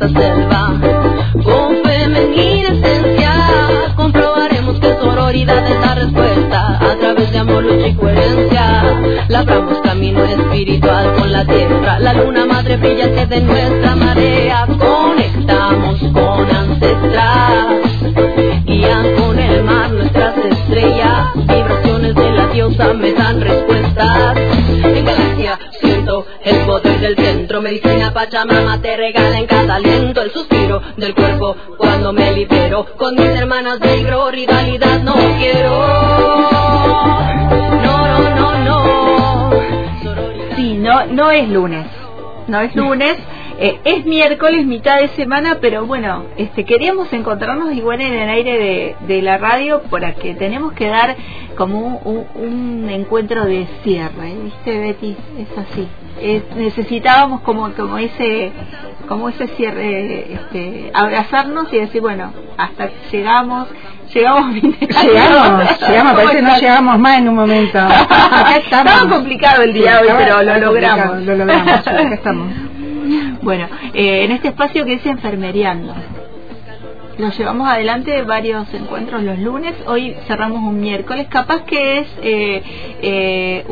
esta selva. Con femenina esencia comprobaremos que sororidad es la respuesta. A través de amor, lucha y coherencia labramos camino espiritual con la tierra. La luna madre brillante de nuestra marea. Conectamos con ancestras, guían con el mar nuestras estrellas. Vibraciones de la diosa me dan respuestas. En galaxia siento el poder del centro. Medicina Pachamama te regala en cada aliento el suspiro del cuerpo cuando me libero. Con mis hermanas negro, rivalidad no quiero. No. Sí, no es lunes. No es lunes. Es miércoles, mitad de semana, pero bueno, queríamos encontrarnos igual en el aire de la radio, porque tenemos que dar como un encuentro de cierre, ¿viste, Betty? Es así. Necesitábamos como ese cierre, abrazarnos y decir, bueno, hasta llegamos, parece que no llegamos más en un momento. Acá estamos. Estaba complicado el día hoy, pero lo logramos. Acá estamos. Bueno, en este espacio que es Enfermereando, lo llevamos adelante varios encuentros los lunes. Hoy cerramos un miércoles, capaz que es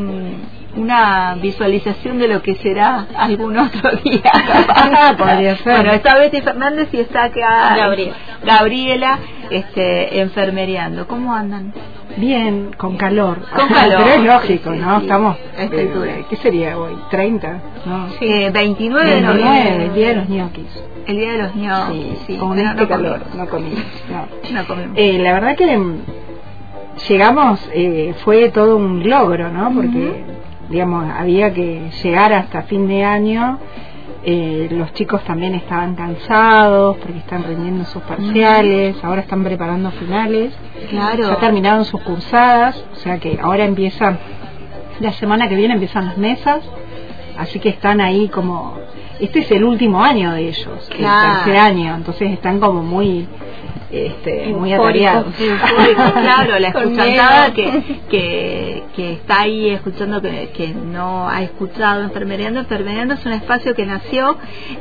una visualización de lo que será algún otro día. Podría ser. Bueno, está Betty Fernández y está acá Gabriela, enfermereando. ¿Cómo andan? Bien, con calor. Pero es lógico, ¿no? Sí. Estamos. ¿Qué sería hoy? ¿30? ¿No? Sí, 29 de noviembre. El día de los ñoquis. El día de los ñoquis, sí. Con calor, no comimos. No comimos. La verdad que llegamos, fue todo un logro, ¿no? Porque, digamos, había que llegar hasta fin de año. Los chicos también estaban cansados porque están rindiendo sus parciales, ahora están preparando finales, claro. Ya terminaron sus cursadas, o sea que ahora la semana que viene empiezan las mesas, así que están ahí como, este es el último año de ellos, claro. El tercer año, entonces están como muy atareados. Claro, la escuchantada que está ahí escuchando, que no ha escuchado Enfermereando es un espacio que nació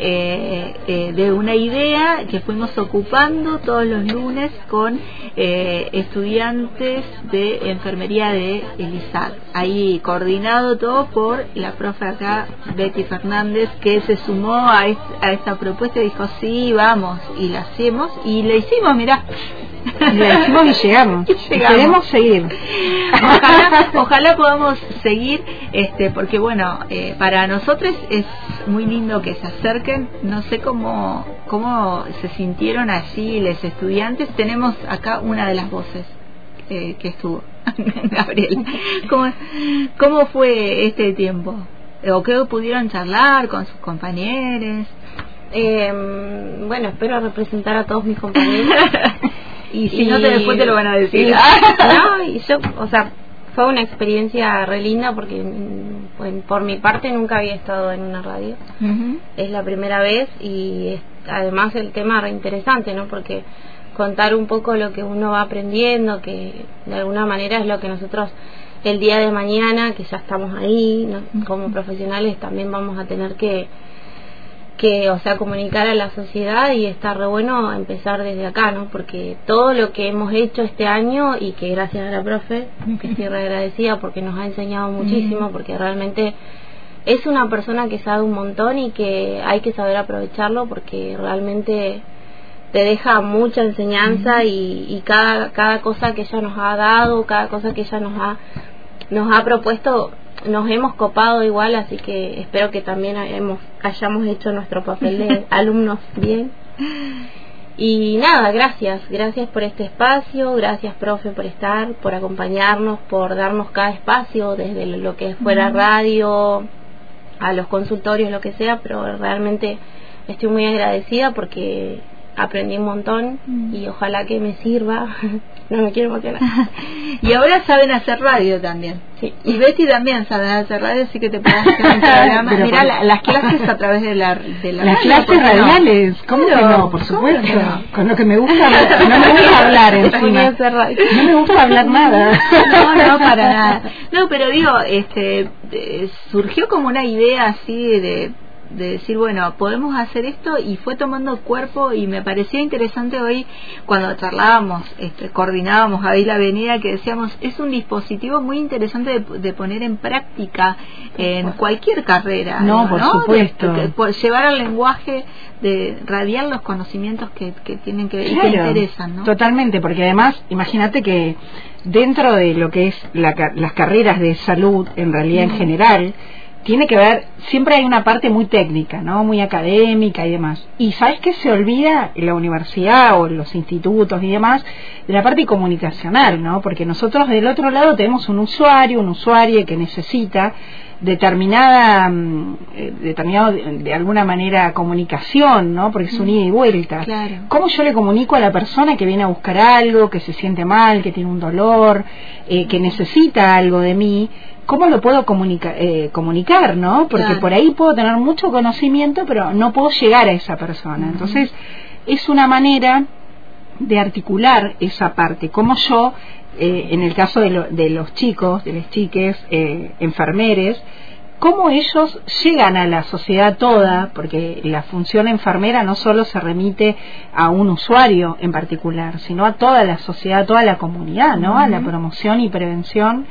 de una idea que fuimos ocupando todos los lunes con estudiantes de enfermería de Elizad, ahí coordinado todo por la profe acá, Betty Fernández, que se sumó a esta propuesta y dijo, sí, vamos, y la hacemos, y la hicimos, mirá. La hicimos y llegamos. Queremos seguir. Ojalá podamos seguir, porque bueno, para nosotros es muy lindo que se acerquen. No sé cómo se sintieron allí los estudiantes. Tenemos acá una de las voces que estuvo, Gabriel. ¿Cómo fue este tiempo? ¿O qué pudieron charlar con sus compañeros? Bueno, espero representar a todos mis compañeros. Y si no, después te lo van a decir. Y yo, fue una experiencia re linda porque por mi parte nunca había estado en una radio. Es la primera vez y además el tema re interesante, ¿no? Porque contar un poco lo que uno va aprendiendo, que de alguna manera es lo que nosotros el día de mañana, que ya estamos ahí, ¿no? Como profesionales también vamos a tener que comunicar a la sociedad, y está re bueno empezar desde acá, ¿no? Porque todo lo que hemos hecho este año, y que gracias a la profe, que estoy re agradecida porque nos ha enseñado muchísimo, porque realmente es una persona que sabe un montón y que hay que saber aprovecharlo, porque realmente te deja mucha enseñanza, y cada cosa que ella nos ha dado, cada cosa que ella nos ha propuesto, nos hemos copado igual, así que espero que también hayamos hecho nuestro papel de alumnos bien. Y nada, gracias por este espacio, gracias profe por estar, por acompañarnos, por darnos cada espacio, desde lo que fuera radio, a los consultorios, lo que sea, pero realmente estoy muy agradecida porque aprendí un montón y ojalá que me sirva. No me quiero emocionar. Y ahora saben hacer radio también. Sí. Y Betty también sabe hacer radio, así que te puedes hacer un programa. Mirá las clases a través de la las clases radiales. ¿Cómo que no? Por supuesto. No? Con lo que me gusta, no me gusta hablar encima. No me gusta hablar nada. No, para nada. No, pero digo, surgió como una idea así de decir, bueno, podemos hacer esto, y fue tomando cuerpo, y me parecía interesante hoy cuando charlábamos, coordinábamos ahí la avenida, que decíamos, es un dispositivo muy interesante de poner en práctica en cualquier carrera. No, por supuesto. Por llevar al lenguaje, de radiar los conocimientos que tienen que ver y que interesan, ¿no? Totalmente, porque además, imagínate que dentro de lo que es las carreras de salud, en realidad en general, tiene que ver, siempre hay una parte muy técnica, ¿no? Muy académica y demás. Y ¿sabes qué se olvida en la universidad o en los institutos y demás? De la parte comunicacional, ¿no? Porque nosotros del otro lado tenemos un usuario, una usuaria que necesita determinado de alguna manera comunicación, ¿no? Porque es un ida y vuelta. Claro. ¿Cómo yo le comunico a la persona que viene a buscar algo, que se siente mal, que tiene un dolor, que necesita algo de mí? ¿Cómo lo puedo comunicar, ¿no? Porque claro, por ahí puedo tener mucho conocimiento, pero no puedo llegar a esa persona. Entonces, es una manera de articular esa parte. Como yo, en el caso de los chicos, de las chiques, enfermeres, cómo ellos llegan a la sociedad toda, porque la función enfermera no solo se remite a un usuario en particular, sino a toda la sociedad, a toda la comunidad, ¿no? A la promoción y prevención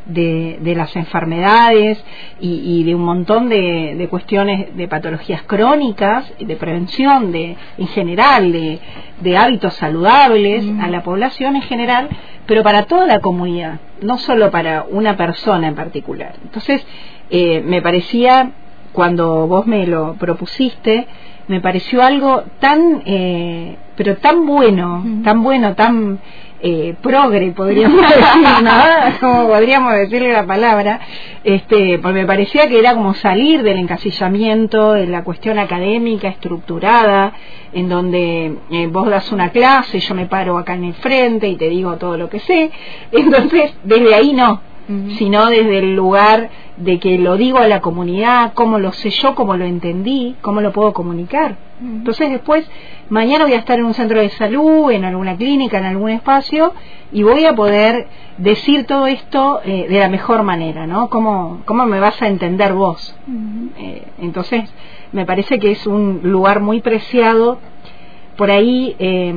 de las enfermedades y de un montón de cuestiones de patologías crónicas, de prevención en general, de hábitos saludables a la población en general, pero para toda la comunidad, no solo para una persona en particular. Entonces, me parecía, cuando vos me lo propusiste, me pareció algo tan pero tan bueno, tan progre, podríamos decir, ¿no? Como podríamos decirle la palabra, porque me parecía que era como salir del encasillamiento, de la cuestión académica estructurada, en donde vos das una clase, yo me paro acá en el frente y te digo todo lo que sé. Entonces, desde ahí no, sino desde el lugar de que lo digo a la comunidad, cómo lo sé yo, cómo lo entendí, cómo lo puedo comunicar. Entonces después, mañana voy a estar en un centro de salud, en alguna clínica, en algún espacio, y voy a poder decir todo esto de la mejor manera, ¿no? ¿Cómo me vas a entender vos? Entonces, me parece que es un lugar muy preciado. Por ahí,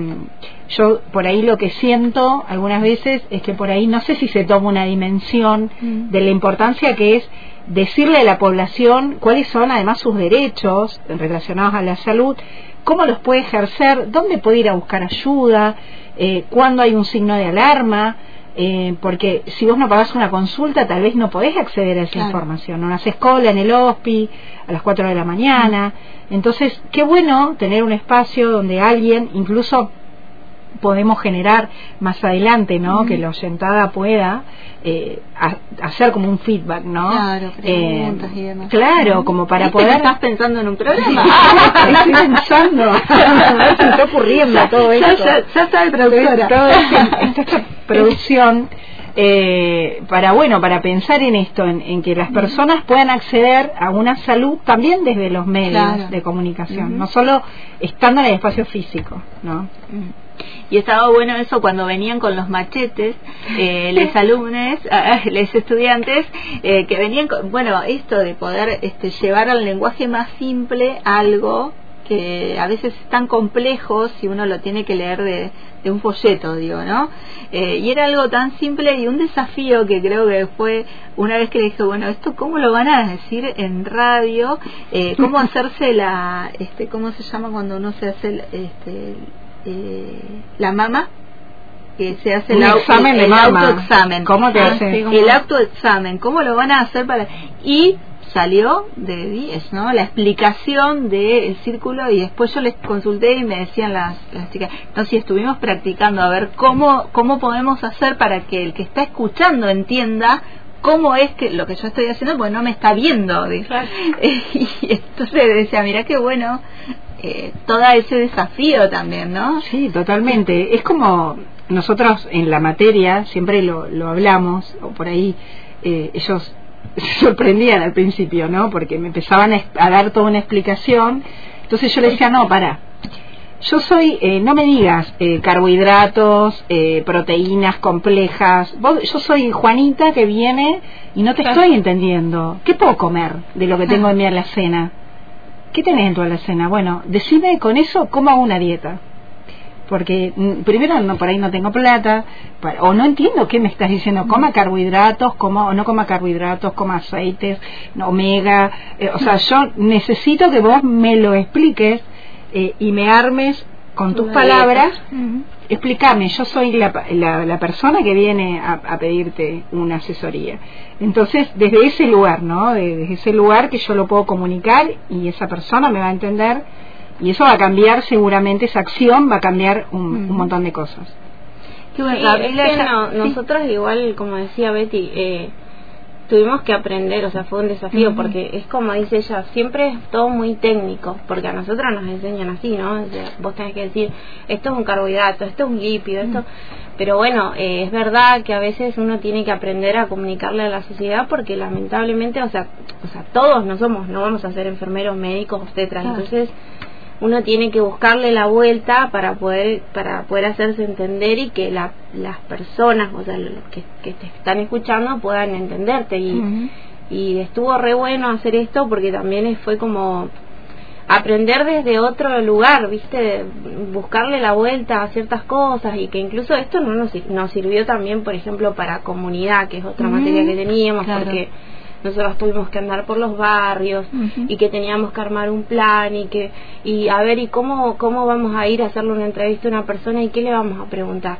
yo por ahí lo que siento algunas veces es que por ahí no sé si se toma una dimensión de la importancia que es decirle a la población cuáles son además sus derechos relacionados a la salud, cómo los puede ejercer, dónde puede ir a buscar ayuda, cuándo hay un signo de alarma, porque si vos no pagás una consulta tal vez no podés acceder a esa información, no haces cola en el hospi a las 4 de la mañana. Entonces, qué bueno tener un espacio donde alguien, incluso podemos generar más adelante, ¿no? Que la oyentada pueda hacer como un feedback, ¿no? Claro, preguntas y demás. Claro, como para poder... ¿Estás pensando en un programa? Estoy pensando, se me está ocurriendo todo esto. Ya está el productora. Toda esta producción, para pensar en esto, en que las personas puedan acceder a una salud también desde los medios de comunicación, no solo estando en el espacio físico, ¿no? Y estaba bueno eso cuando venían con los machetes, les alumnos, les estudiantes, que venían con, bueno, esto de poder llevar al lenguaje más simple algo que a veces es tan complejo si uno lo tiene que leer de un folleto, digo, ¿no? Y era algo tan simple y un desafío que creo que fue una vez que le dije, bueno, esto cómo lo van a decir en radio, cómo hacerse ¿cómo se llama cuando uno se hace la mama? Que se hace el autoexamen. ¿Cómo te hace? El autoexamen, ¿cómo lo van a hacer para...? Y salió de 10, ¿no? La explicación del círculo, y después yo les consulté y me decían las chicas, entonces estuvimos practicando a ver cómo podemos hacer para que el que está escuchando entienda cómo es que lo que yo estoy haciendo, pues no me está viendo. Claro. Y entonces decía, mira qué bueno, todo ese desafío también, ¿no? Sí, totalmente. Es como nosotros en la materia siempre lo hablamos, o por ahí ellos se sorprendían al principio, ¿no? Porque me empezaban a dar toda una explicación. Entonces yo les decía, no, yo soy, no me digas carbohidratos, proteínas complejas. Yo soy Juanita que viene y no te estoy entendiendo. ¿Qué puedo comer de lo que tengo en mi alacena? ¿qué tenés en tu alacena? Bueno, decime con eso cómo hago una dieta. Porque primero por ahí no tengo plata, o no entiendo qué me estás diciendo, coma carbohidratos, o no coma carbohidratos, coma aceites, omega, o sea, yo necesito que vos me lo expliques y me armes con tus palabras. Explícame, yo soy la persona que viene a pedirte una asesoría. Entonces, desde ese lugar, ¿no? Desde ese lugar que yo lo puedo comunicar y esa persona me va a entender. Y eso va a cambiar seguramente, esa acción va a cambiar un montón de cosas. Sí, nosotros igual, como decía Betty, tuvimos que aprender, o sea, fue un desafío, porque es como dice ella, siempre es todo muy técnico, porque a nosotros nos enseñan así, ¿no? O sea, vos tenés que decir, esto es un carbohidrato, esto es un lípido, esto... Pero bueno, es verdad que a veces uno tiene que aprender a comunicarle a la sociedad, porque lamentablemente, o sea, todos no vamos a ser enfermeros, médicos, obstetras, entonces uno tiene que buscarle la vuelta para poder hacerse entender y que las personas, o sea, los que te están escuchando puedan entenderte. Y estuvo re bueno hacer esto, porque también fue como aprender desde otro lugar, ¿viste? Buscarle la vuelta a ciertas cosas, y que incluso esto no nos sirvió también, por ejemplo, para comunidad, que es otra materia que teníamos, porque nosotros tuvimos que andar por los barrios y que teníamos que armar un plan y a ver, y cómo vamos a ir a hacerle una entrevista a una persona y qué le vamos a preguntar.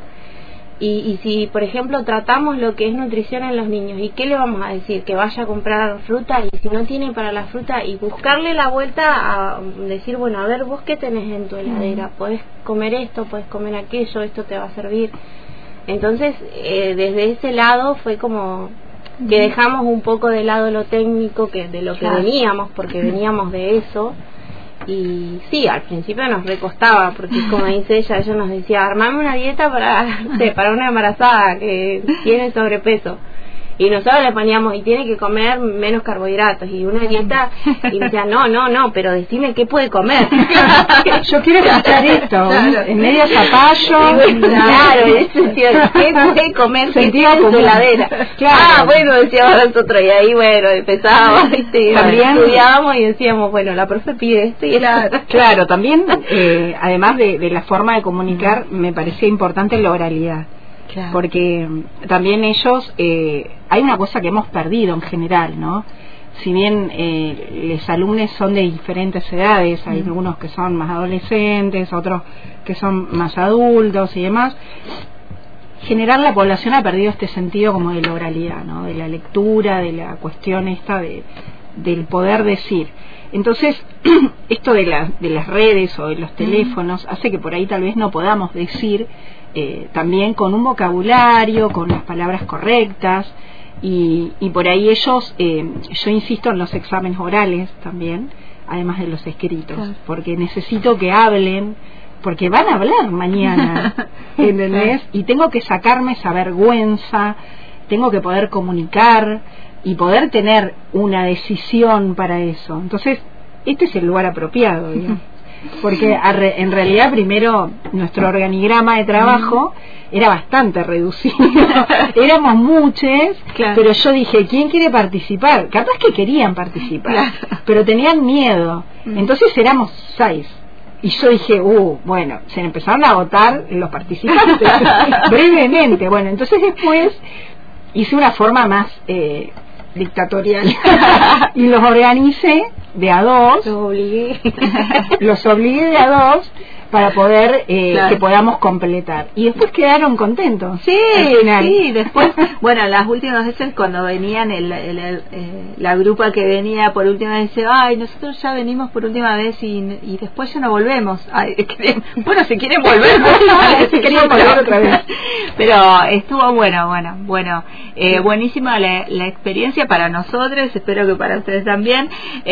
Y si, por ejemplo, tratamos lo que es nutrición en los niños, ¿y qué le vamos a decir? Que vaya a comprar fruta, y si no tiene para la fruta, y buscarle la vuelta a decir, bueno, a ver, vos qué tenés en tu heladera, podés comer esto, podés comer aquello, esto te va a servir. Entonces, desde ese lado fue como que dejamos un poco de lado lo técnico, que de lo que veníamos, porque veníamos de eso. Y sí, al principio nos recostaba, porque como dice ella nos decía, armame una dieta para una embarazada que tiene sobrepeso, y nosotros le poníamos, y tiene que comer menos carbohidratos, y una dieta, y decía, no, pero decime qué puede comer. Yo quiero escuchar esto, en medio zapallo. Claro, ¿qué puede comer? Sentía en su heladera. Claro. Bueno, decíamos nosotros, y ahí, bueno, empezábamos, estudiábamos y decíamos, bueno, la profe pide esto y Claro, también, además de la forma de comunicar, me parecía importante la oralidad. Claro. Porque también ellos, hay una cosa que hemos perdido en general, ¿no? Si bien los alumnos son de diferentes edades, hay algunos que son más adolescentes, otros que son más adultos y demás, en general la población ha perdido este sentido como de la oralidad, ¿no? De la lectura, de la cuestión esta del poder decir. Entonces, esto de las redes o de los teléfonos hace que por ahí tal vez no podamos decir también con un vocabulario, con las palabras correctas, y por ahí ellos, yo insisto en los exámenes orales también, además de los escritos, porque necesito que hablen, porque van a hablar mañana, ¿entendés? Y tengo que sacarme esa vergüenza, tengo que poder comunicar y poder tener una decisión para eso. Entonces, este es el lugar apropiado, digamos. Porque en realidad primero nuestro organigrama de trabajo era bastante reducido, éramos muchos, pero yo dije, ¿quién quiere participar? Capaz que querían participar, pero tenían miedo, entonces éramos 6, y yo dije, bueno, se empezaron a agotar los participantes brevemente. Bueno, entonces después hice una forma más dictatorial y los organicé de a 2, los obligué de a 2 para poder que podamos completar, y después quedaron contentos. Sí, después, bueno, las últimas veces cuando venían la grupa que venía por última vez dice, ay, nosotros ya venimos por última vez y después ya no volvemos. Ay, bueno, si quieren volver, si querían volver otra vez. Pero estuvo bueno, buenísima la experiencia para nosotros, espero que para ustedes también.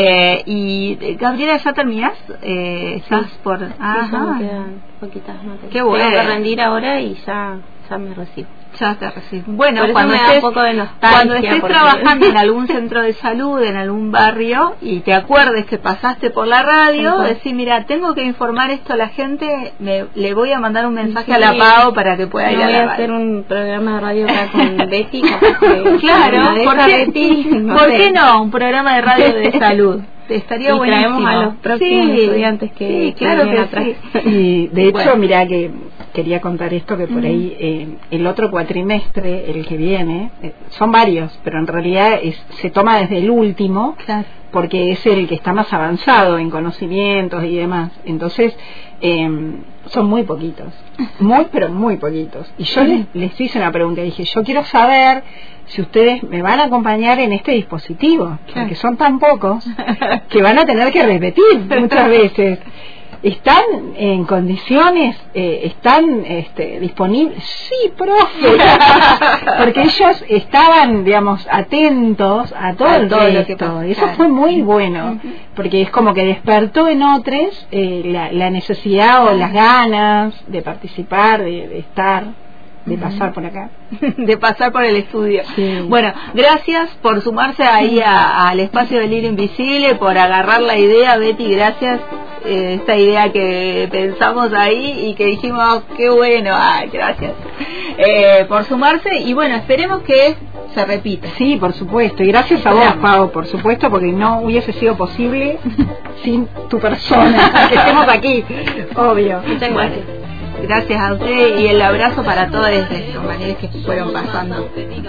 Y Gabriela, ¿ya terminás? ¿Estás por...? Me quedan poquitas notas. Qué bueno. Tengo que rendir ahora y ya me recibo. Ya te recibo. Bueno, cuando me da un poco de nostalgia, cuando estés trabajando en algún centro de salud, en algún barrio, y te acuerdes que pasaste por la radio, decís, mira, tengo que informar esto a la gente, le voy a mandar un mensaje a la PAO para que pueda ir a la radio. Voy a hacer un programa de radio acá con Betty. Claro, ¿por qué no? Un programa de radio de salud. estaría y buenísimo. traemos a los próximos estudiantes que claro vienen que atrás. Sí. Y de hecho, Bueno. mirá que quería contar esto, que por ahí el otro cuatrimestre, el que viene, son varios, pero en realidad se toma desde el último, Claro. porque es el que está más avanzado en conocimientos y demás. Entonces, son muy poquitos, pero muy poquitos. Y yo les hice una pregunta, dije, yo quiero saber si ustedes me van a acompañar en este dispositivo, porque son tan pocos que van a tener que repetir muchas veces. ¿Están en condiciones? ¿Están disponibles? Sí, profe. Porque ellos estaban, digamos, atentos a todo el todo lo que resto. pasó. Eso fue muy bueno, porque es como que despertó en otros la necesidad o las ganas de participar, de estar, de pasar por acá. De pasar por el estudio. Sí. Bueno, gracias por sumarse ahí al espacio del Hilo Invisible, por agarrar la idea, Betty, gracias. Esta idea que pensamos ahí y que dijimos, qué bueno, ay, gracias por sumarse, y bueno, esperemos que se repita. Sí, por supuesto, y gracias a vos, Pau, por supuesto, porque no hubiese sido posible sin tu persona, que estemos aquí, obvio. Muchas gracias. Gracias a usted, y el abrazo para todos los compañeros que fueron pasando.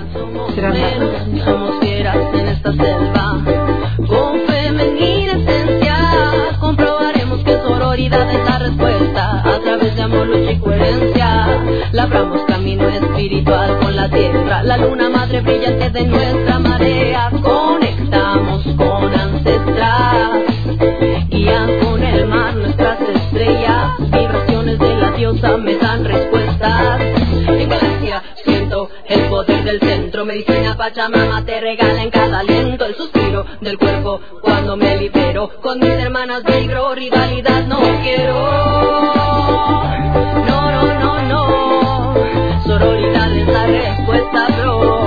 Somos fieras en esta selva, con femenina esencia, comprobaremos que sororidad es la respuesta, a través de amor, lucha y coherencia, labramos camino espiritual con la tierra, la luna madre brillante de nuestra marea, conectamos con ancestras, guían con el mar nuestras estrellas, vibraciones de la diosa me dan respuestas. En galaxia siento el poder del centro, medicina Pachamama te regala en cada aliento el suspiro del cuerpo cuando me libero. Con mis hermanas vibro, rivalidad no quiero. No, no, no, no. Sororidad es la respuesta, bro.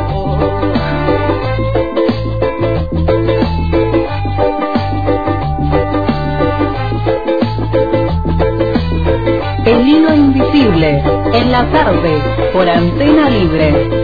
El Hilo Invisible, en la tarde, por Antena Libre.